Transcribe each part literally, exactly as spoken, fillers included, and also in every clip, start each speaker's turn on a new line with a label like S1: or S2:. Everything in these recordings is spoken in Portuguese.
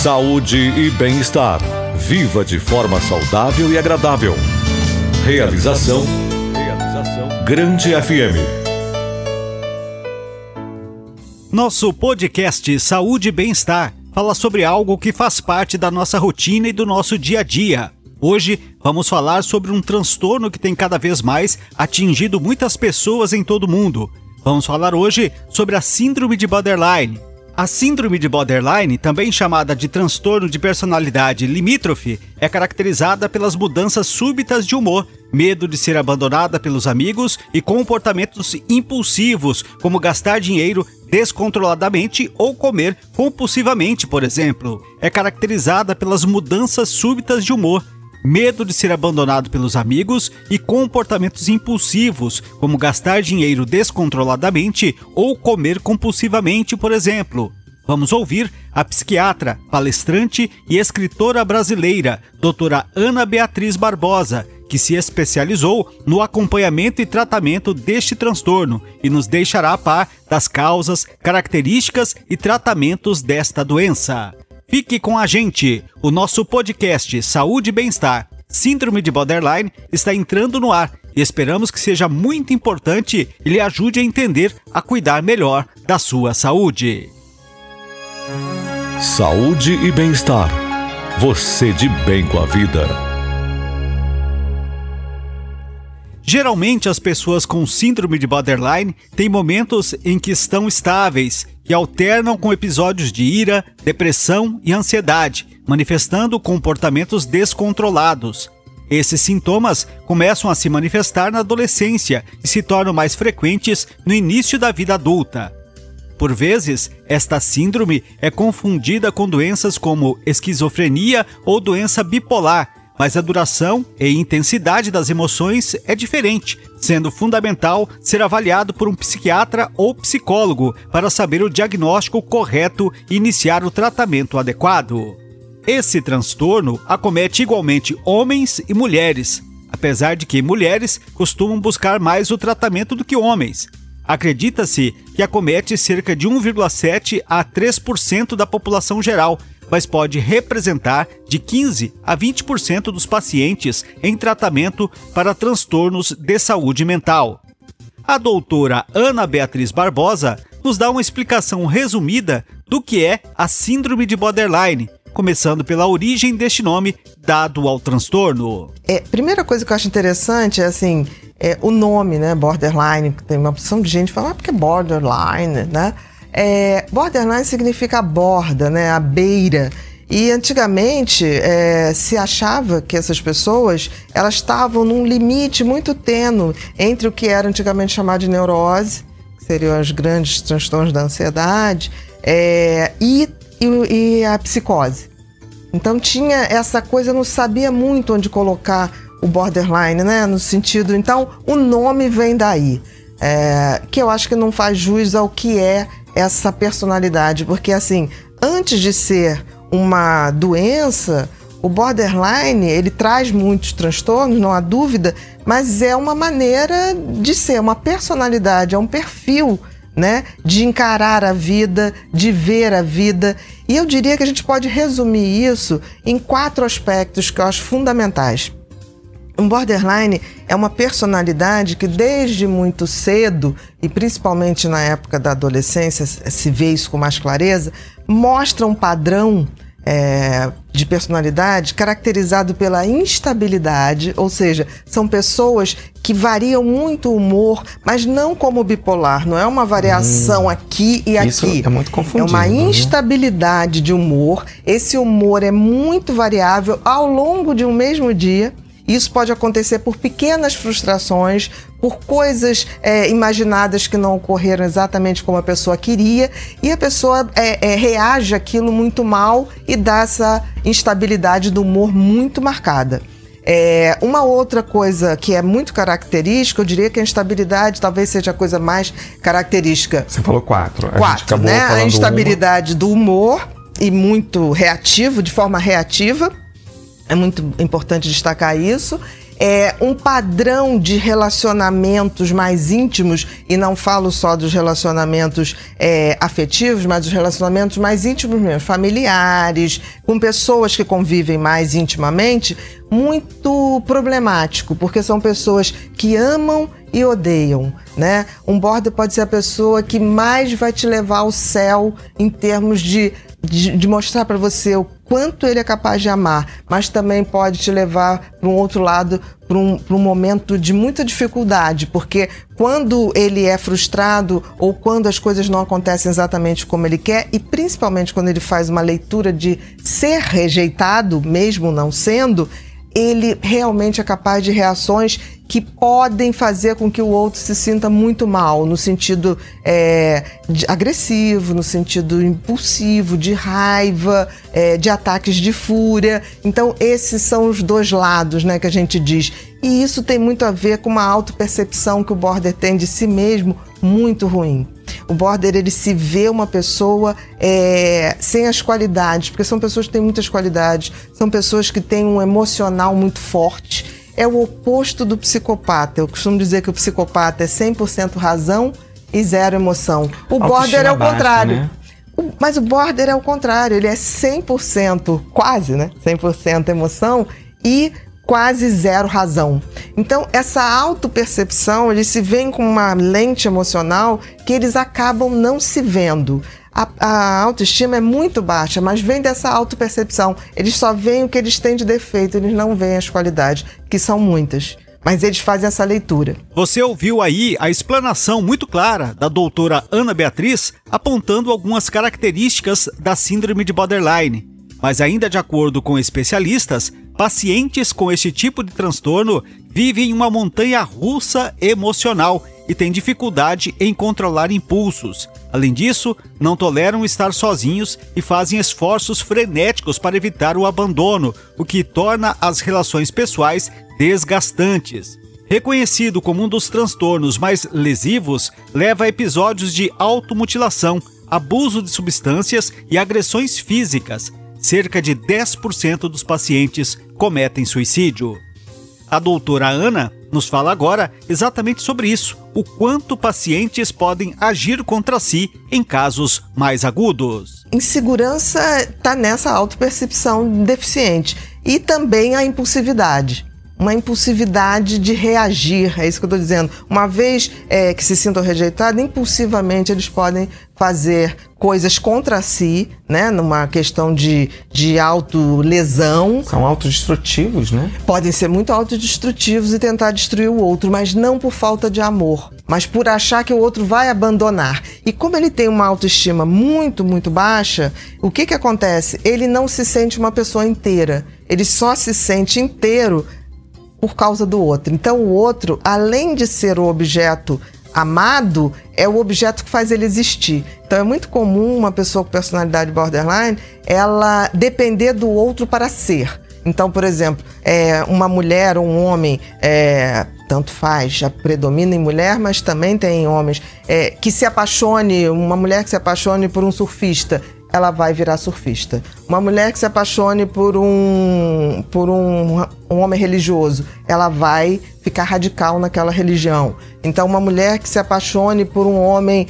S1: Saúde e bem-estar. Viva de forma saudável e agradável. Realização, Realização. Grande F M.
S2: Nosso podcast Saúde e Bem-Estar fala sobre algo que faz parte da nossa rotina e do nosso dia a dia. Hoje vamos falar sobre um transtorno que tem cada vez mais atingido muitas pessoas em todo o mundo. Vamos falar hoje sobre a síndrome de borderline. A síndrome de borderline, também chamada de transtorno de personalidade limítrofe, é caracterizada pelas mudanças súbitas de humor, medo de ser abandonada pelos amigos e comportamentos impulsivos, como gastar dinheiro descontroladamente ou comer compulsivamente, por exemplo. É caracterizada pelas mudanças súbitas de humor, medo de ser abandonado pelos amigos e comportamentos impulsivos, como gastar dinheiro descontroladamente ou comer compulsivamente, por exemplo. Vamos ouvir a psiquiatra, palestrante e escritora brasileira, doutora Ana Beatriz Barbosa, que se especializou no acompanhamento e tratamento deste transtorno e nos deixará a par das causas, características e tratamentos desta doença. Fique com a gente! O nosso podcast Saúde e Bem-Estar, Síndrome de Borderline, está entrando no ar e esperamos que seja muito importante e lhe ajude a entender, a cuidar melhor da sua saúde.
S1: Saúde e bem-estar. Você de bem com a vida.
S2: Geralmente, as pessoas com síndrome de borderline têm momentos em que estão estáveis, que alternam com episódios de ira, depressão e ansiedade, manifestando comportamentos descontrolados. Esses sintomas começam a se manifestar na adolescência e se tornam mais frequentes no início da vida adulta. Por vezes, esta síndrome é confundida com doenças como esquizofrenia ou doença bipolar, mas a duração e intensidade das emoções é diferente, sendo fundamental ser avaliado por um psiquiatra ou psicólogo para saber o diagnóstico correto e iniciar o tratamento adequado. Esse transtorno acomete igualmente homens e mulheres, apesar de que mulheres costumam buscar mais o tratamento do que homens. Acredita-se que acomete cerca de um vírgula sete a três por cento da população geral, mas pode representar de quinze a vinte por cento dos pacientes em tratamento para transtornos de saúde mental. A doutora Ana Beatriz Barbosa nos dá uma explicação resumida do que é a síndrome de borderline, começando pela origem deste nome dado ao transtorno.
S3: É, primeira coisa que eu acho interessante é assim, é o nome, né, borderline, tem uma opção de gente que fala, ah, porque é borderline, né? É, borderline significa a borda, né, a beira. E antigamente é, se achava que essas pessoas elas estavam num limite muito tênue entre o que era antigamente chamado de neurose, que seriam os grandes transtornos da ansiedade, é, e, e, e a psicose. Então tinha essa coisa, não sabia muito onde colocar o borderline, né, no sentido, então o nome vem daí, é, que eu acho que não faz jus ao que é essa personalidade, porque assim, antes de ser uma doença, o borderline, ele traz muitos transtornos, não há dúvida, mas é uma maneira de ser, uma personalidade, é um perfil, né, de encarar a vida, de ver a vida, e eu diria que a gente pode resumir isso em quatro aspectos que eu acho fundamentais. Um borderline é uma personalidade que desde muito cedo, e principalmente na época da adolescência, se vê isso com mais clareza, mostra um padrão é, de personalidade caracterizado pela instabilidade, ou seja, são pessoas que variam muito o humor, mas não como bipolar, não é uma variação hum, aqui e
S4: isso
S3: aqui.
S4: É muito confundido.
S3: É uma instabilidade de humor, esse humor é muito variável ao longo de um mesmo dia. Isso pode acontecer por pequenas frustrações, por coisas é, imaginadas que não ocorreram exatamente como a pessoa queria, e a pessoa é, é, reage àquilo muito mal e dá essa instabilidade do humor muito marcada. É, uma outra coisa que é muito característica, eu diria que a instabilidade talvez seja a coisa mais característica.
S4: Você falou quatro. A
S3: Quatro,
S4: gente acabou
S3: né?
S4: falando
S3: A instabilidade
S4: uma.
S3: do humor, e muito reativo, de forma reativa. É muito importante destacar isso. é, um padrão de relacionamentos mais íntimos, e não falo só dos relacionamentos é, afetivos, mas dos relacionamentos mais íntimos mesmo, familiares, com pessoas que convivem mais intimamente, muito problemático, porque são pessoas que amam e odeiam, né? Um border pode ser a pessoa que mais vai te levar ao céu em termos de, de, de mostrar para você o quanto ele é capaz de amar, mas também pode te levar para um outro lado, para um, para um momento de muita dificuldade, porque quando ele é frustrado ou quando as coisas não acontecem exatamente como ele quer, e principalmente quando ele faz uma leitura de ser rejeitado, mesmo não sendo, ele realmente é capaz de reações que podem fazer com que o outro se sinta muito mal, no sentido é, de agressivo, no sentido impulsivo, de raiva, é, de ataques de fúria. Então, esses são os dois lados, né, que a gente diz. E isso tem muito a ver com uma autopercepção que o border tem de si mesmo muito ruim. O border, ele se vê uma pessoa é, sem as qualidades, porque são pessoas que têm muitas qualidades, são pessoas que têm um emocional muito forte. É o oposto do psicopata. Eu costumo dizer que o psicopata é cem por cento razão e zero emoção. O border é o contrário. Né? O, mas o border é o contrário, ele é cem por cento, quase, né? cem por cento emoção e quase zero razão. Então, essa autopercepção, eles se veem com uma lente emocional que eles acabam não se vendo. A, a autoestima é muito baixa, mas vem dessa autopercepção. Eles só veem o que eles têm de defeito, eles não veem as qualidades, que são muitas. Mas eles fazem essa leitura.
S2: Você ouviu aí a explanação muito clara da doutora Ana Beatriz, apontando algumas características da síndrome de borderline. Mas ainda de acordo com especialistas, pacientes com este tipo de transtorno vivem uma montanha-russa emocional e têm dificuldade em controlar impulsos. Além disso, não toleram estar sozinhos e fazem esforços frenéticos para evitar o abandono, o que torna as relações pessoais desgastantes. Reconhecido como um dos transtornos mais lesivos, leva a episódios de automutilação, abuso de substâncias e agressões físicas. Cerca de dez por cento dos pacientes cometem suicídio. A doutora Ana nos fala agora exatamente sobre isso, o quanto pacientes podem agir contra si em casos mais agudos.
S3: Insegurança está nessa autopercepção deficiente e também a impulsividade. Uma impulsividade de reagir, é isso que eu estou dizendo. Uma vez é, que se sintam rejeitados, impulsivamente eles podem fazer coisas contra si, né? Numa questão de, de autolesão.
S4: São autodestrutivos, né?
S3: Podem ser muito autodestrutivos e tentar destruir o outro, mas não por falta de amor, mas por achar que o outro vai abandonar. E como ele tem uma autoestima muito, muito baixa, o que que acontece? Ele não se sente uma pessoa inteira. Ele só se sente inteiro por causa do outro. Então o outro, além de ser o objeto amado, é o objeto que faz ele existir. Então é muito comum uma pessoa com personalidade borderline, ela depender do outro para ser. Então, por exemplo, é, uma mulher ou um homem, é, tanto faz, já predomina em mulher, mas também tem homens, é, que se apaixone, uma mulher que se apaixone por um surfista, ela vai virar surfista. Uma mulher que se apaixone por um, por um, um homem religioso, ela vai ficar radical naquela religião. Então, uma mulher que se apaixone por um homem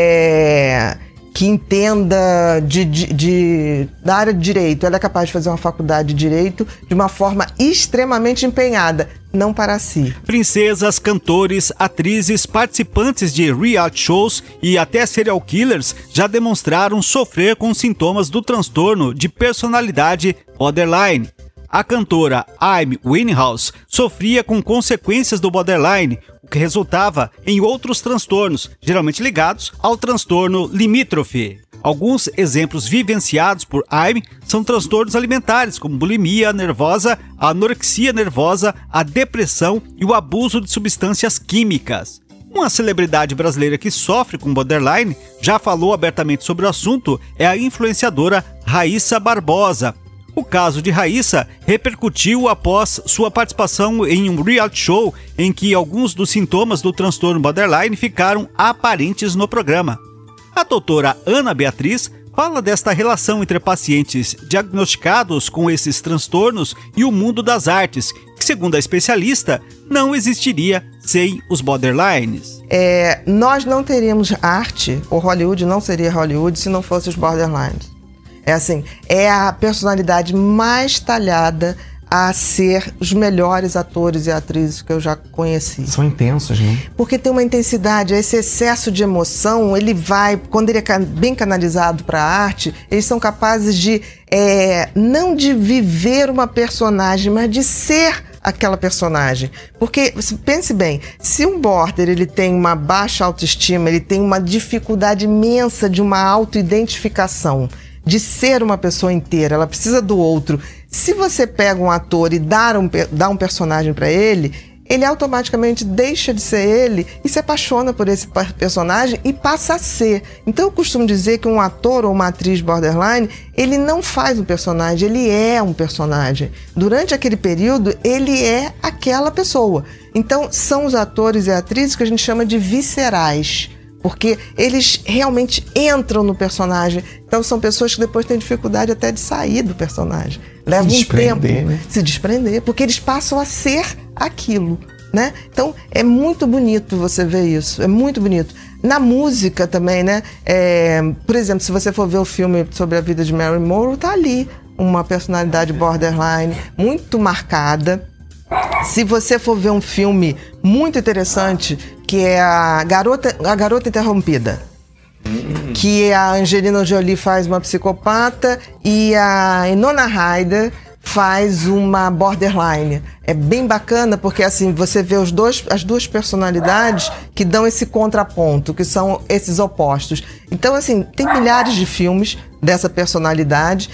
S3: é, que entenda de, de, de, da área de direito, ela é capaz de fazer uma faculdade de direito de uma forma extremamente empenhada, não para si.
S2: Princesas, cantores, atrizes, participantes de reality shows e até serial killers já demonstraram sofrer com sintomas do transtorno de personalidade borderline. A cantora Amy Winehouse sofria com consequências do borderline, o que resultava em outros transtornos, geralmente ligados ao transtorno limítrofe. Alguns exemplos vivenciados por Amy são transtornos alimentares, como bulimia nervosa, a anorexia nervosa, a depressão e o abuso de substâncias químicas. Uma celebridade brasileira que sofre com borderline, já falou abertamente sobre o assunto, é a influenciadora Raíssa Barbosa. O caso de Raíssa repercutiu após sua participação em um reality show em que alguns dos sintomas do transtorno borderline ficaram aparentes no programa. A doutora Ana Beatriz fala desta relação entre pacientes diagnosticados com esses transtornos e o mundo das artes, que, segundo a especialista, não existiria sem os borderlines.
S3: É, nós não teríamos arte, ou Hollywood não seria Hollywood se não fosse os borderlines. É assim, é a personalidade mais talhada a ser os melhores atores e atrizes que eu já conheci.
S4: São intensos, né?
S3: Porque tem uma intensidade, esse excesso de emoção, ele vai, quando ele é bem canalizado para a arte, eles são capazes de, é, não de viver uma personagem, mas de ser aquela personagem. Porque, pense bem, se um border ele tem uma baixa autoestima, ele tem uma dificuldade imensa de uma autoidentificação, de ser uma pessoa inteira, ela precisa do outro. Se você pega um ator e dá um, dá um personagem para ele, ele automaticamente deixa de ser ele e se apaixona por esse personagem e passa a ser. Então eu costumo dizer que um ator ou uma atriz borderline, ele não faz um personagem, ele é um personagem. Durante aquele período, ele é aquela pessoa. Então são os atores e atrizes que a gente chama de viscerais, porque eles realmente entram no personagem. Então são pessoas que depois têm dificuldade até de sair do personagem. Leva um tempo né? se desprender, porque eles passam a ser aquilo, né? Então é muito bonito você ver isso, é muito bonito. Na música também, né? É, por exemplo, se você for ver o filme sobre a vida de Marilyn Monroe, tá ali uma personalidade borderline muito marcada. Se você for ver um filme muito interessante, que é a Garota, a Garota Interrompida, hum. que a Angelina Jolie faz uma psicopata e a Winona Ryder faz uma borderline. É bem bacana porque assim você vê os dois, as duas personalidades que dão esse contraponto, que são esses opostos. Então assim, tem milhares de filmes dessa personalidade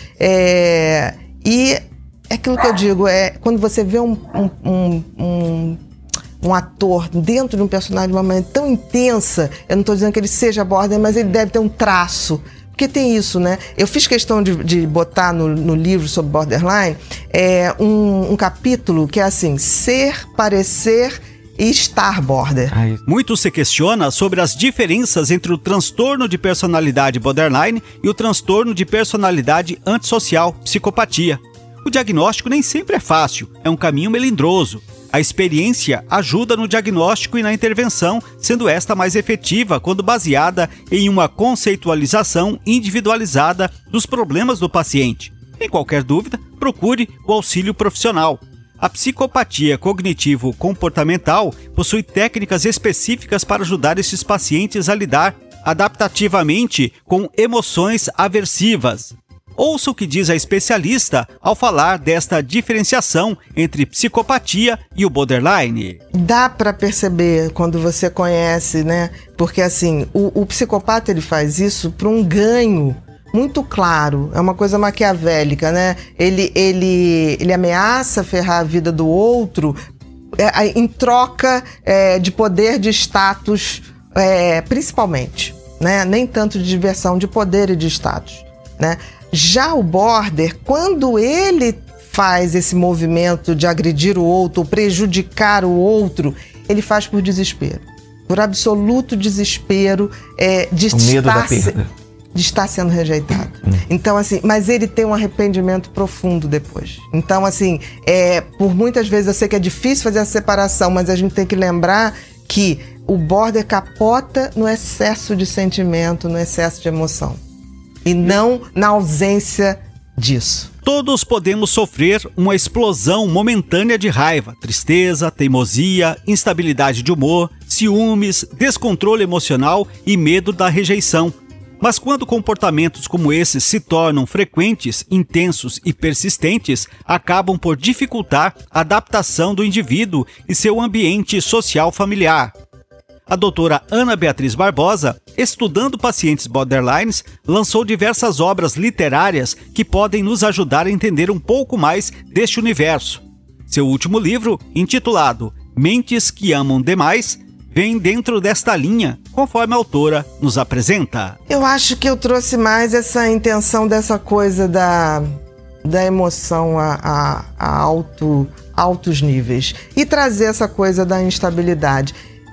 S3: é, e é aquilo que eu digo, é quando você vê um, um, um, um, um ator dentro de um personagem de uma maneira tão intensa, eu não estou dizendo que ele seja border, mas ele deve ter um traço. Porque tem isso, né? Eu fiz questão de, de botar no, no livro sobre borderline é, um, um capítulo que é assim, ser, parecer e estar border.
S2: Ai. Muito se questiona sobre as diferenças entre o transtorno de personalidade borderline e o transtorno de personalidade antissocial, psicopatia. O diagnóstico nem sempre é fácil, é um caminho melindroso. A experiência ajuda no diagnóstico e na intervenção, sendo esta mais efetiva quando baseada em uma conceitualização individualizada dos problemas do paciente. Em qualquer dúvida, procure o auxílio profissional. A psicopatia cognitivo-comportamental possui técnicas específicas para ajudar esses pacientes a lidar adaptativamente com emoções aversivas. Ouça o que diz a especialista ao falar desta diferenciação entre psicopatia e o borderline.
S3: Dá para perceber quando você conhece, né? Porque assim, o, o psicopata ele faz isso para um ganho muito claro, é uma coisa maquiavélica, né? Ele, ele, ele ameaça ferrar a vida do outro é, em troca é, de poder, de status, é, principalmente, né? Nem tanto de diversão, de poder e de status, né? Já o border, quando ele faz esse movimento de agredir o outro, prejudicar o outro, ele faz por desespero, por absoluto desespero, é, de,
S4: o medo
S3: estar
S4: da perda.
S3: de estar sendo rejeitado.
S4: Hum.
S3: Então, assim, mas ele tem um arrependimento profundo depois. Então, assim, é, por muitas vezes eu sei que é difícil fazer a separação, mas a gente tem que lembrar que o border capota no excesso de sentimento, no excesso de emoção. E não na ausência disso.
S2: Todos podemos sofrer uma explosão momentânea de raiva, tristeza, teimosia, instabilidade de humor, ciúmes, descontrole emocional e medo da rejeição. Mas quando comportamentos como esses se tornam frequentes, intensos e persistentes, acabam por dificultar a adaptação do indivíduo e seu ambiente social familiar. A doutora Ana Beatriz Barbosa, estudando pacientes borderlines, lançou diversas obras literárias que podem nos ajudar a entender um pouco mais deste universo. Seu último livro, intitulado Mentes que Amam Demais, vem dentro desta linha, conforme a autora nos apresenta.
S3: Eu acho que eu trouxe mais essa intenção dessa coisa da, da emoção a, a, a alto, altos níveis e trazer essa coisa da instabilidade.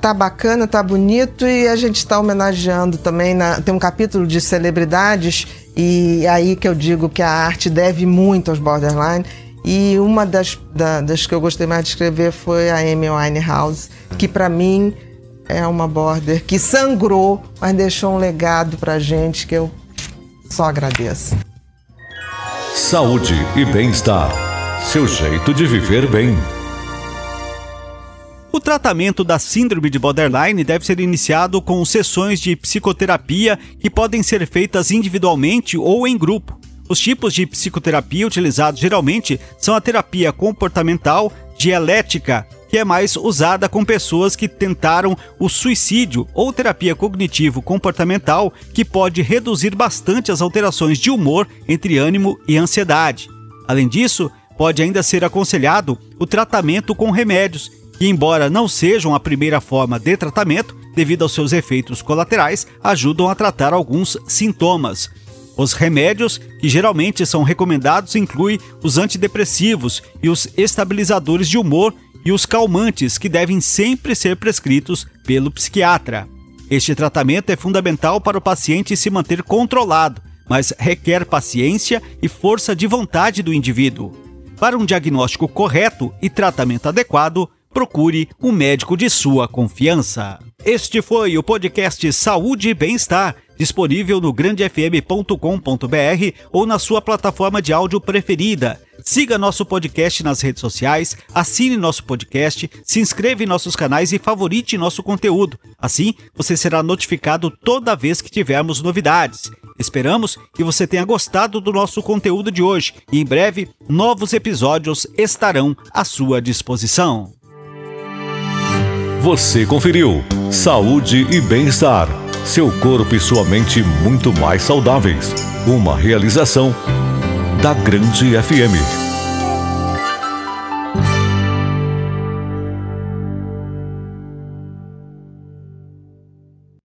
S3: tá bacana, tá bonito, e a gente está homenageando também, na, tem um capítulo de celebridades, e aí que eu digo que a arte deve muito aos Borderline, e uma das, da, das que eu gostei mais de escrever foi a Amy Winehouse, que para mim é uma border que sangrou, mas deixou um legado pra gente que eu só agradeço.
S1: Saúde e bem-estar. Seu jeito de viver bem.
S2: O tratamento da síndrome de borderline deve ser iniciado com sessões de psicoterapia que podem ser feitas individualmente ou em grupo. Os tipos de psicoterapia utilizados geralmente são a terapia comportamental, dialética, que é mais usada com pessoas que tentaram o suicídio, ou terapia cognitivo-comportamental, que pode reduzir bastante as alterações de humor entre ânimo e ansiedade. Além disso, pode ainda ser aconselhado o tratamento com remédios, que, embora não sejam a primeira forma de tratamento, devido aos seus efeitos colaterais, ajudam a tratar alguns sintomas. Os remédios que geralmente são recomendados incluem os antidepressivos e os estabilizadores de humor e os calmantes, que devem sempre ser prescritos pelo psiquiatra. Este tratamento é fundamental para o paciente se manter controlado, mas requer paciência e força de vontade do indivíduo. Para um diagnóstico correto e tratamento adequado, procure um médico de sua confiança. Este foi o podcast Saúde e Bem-Estar, disponível no grande f m ponto com ponto b r ou na sua plataforma de áudio preferida. Siga nosso podcast nas redes sociais, assine nosso podcast, se inscreva em nossos canais e favorite nosso conteúdo. Assim, você será notificado toda vez que tivermos novidades. Esperamos que você tenha gostado do nosso conteúdo de hoje e em breve novos episódios estarão à sua disposição.
S1: Você conferiu Saúde e Bem-Estar. Seu corpo e sua mente muito mais saudáveis. Uma realização da Grande F M.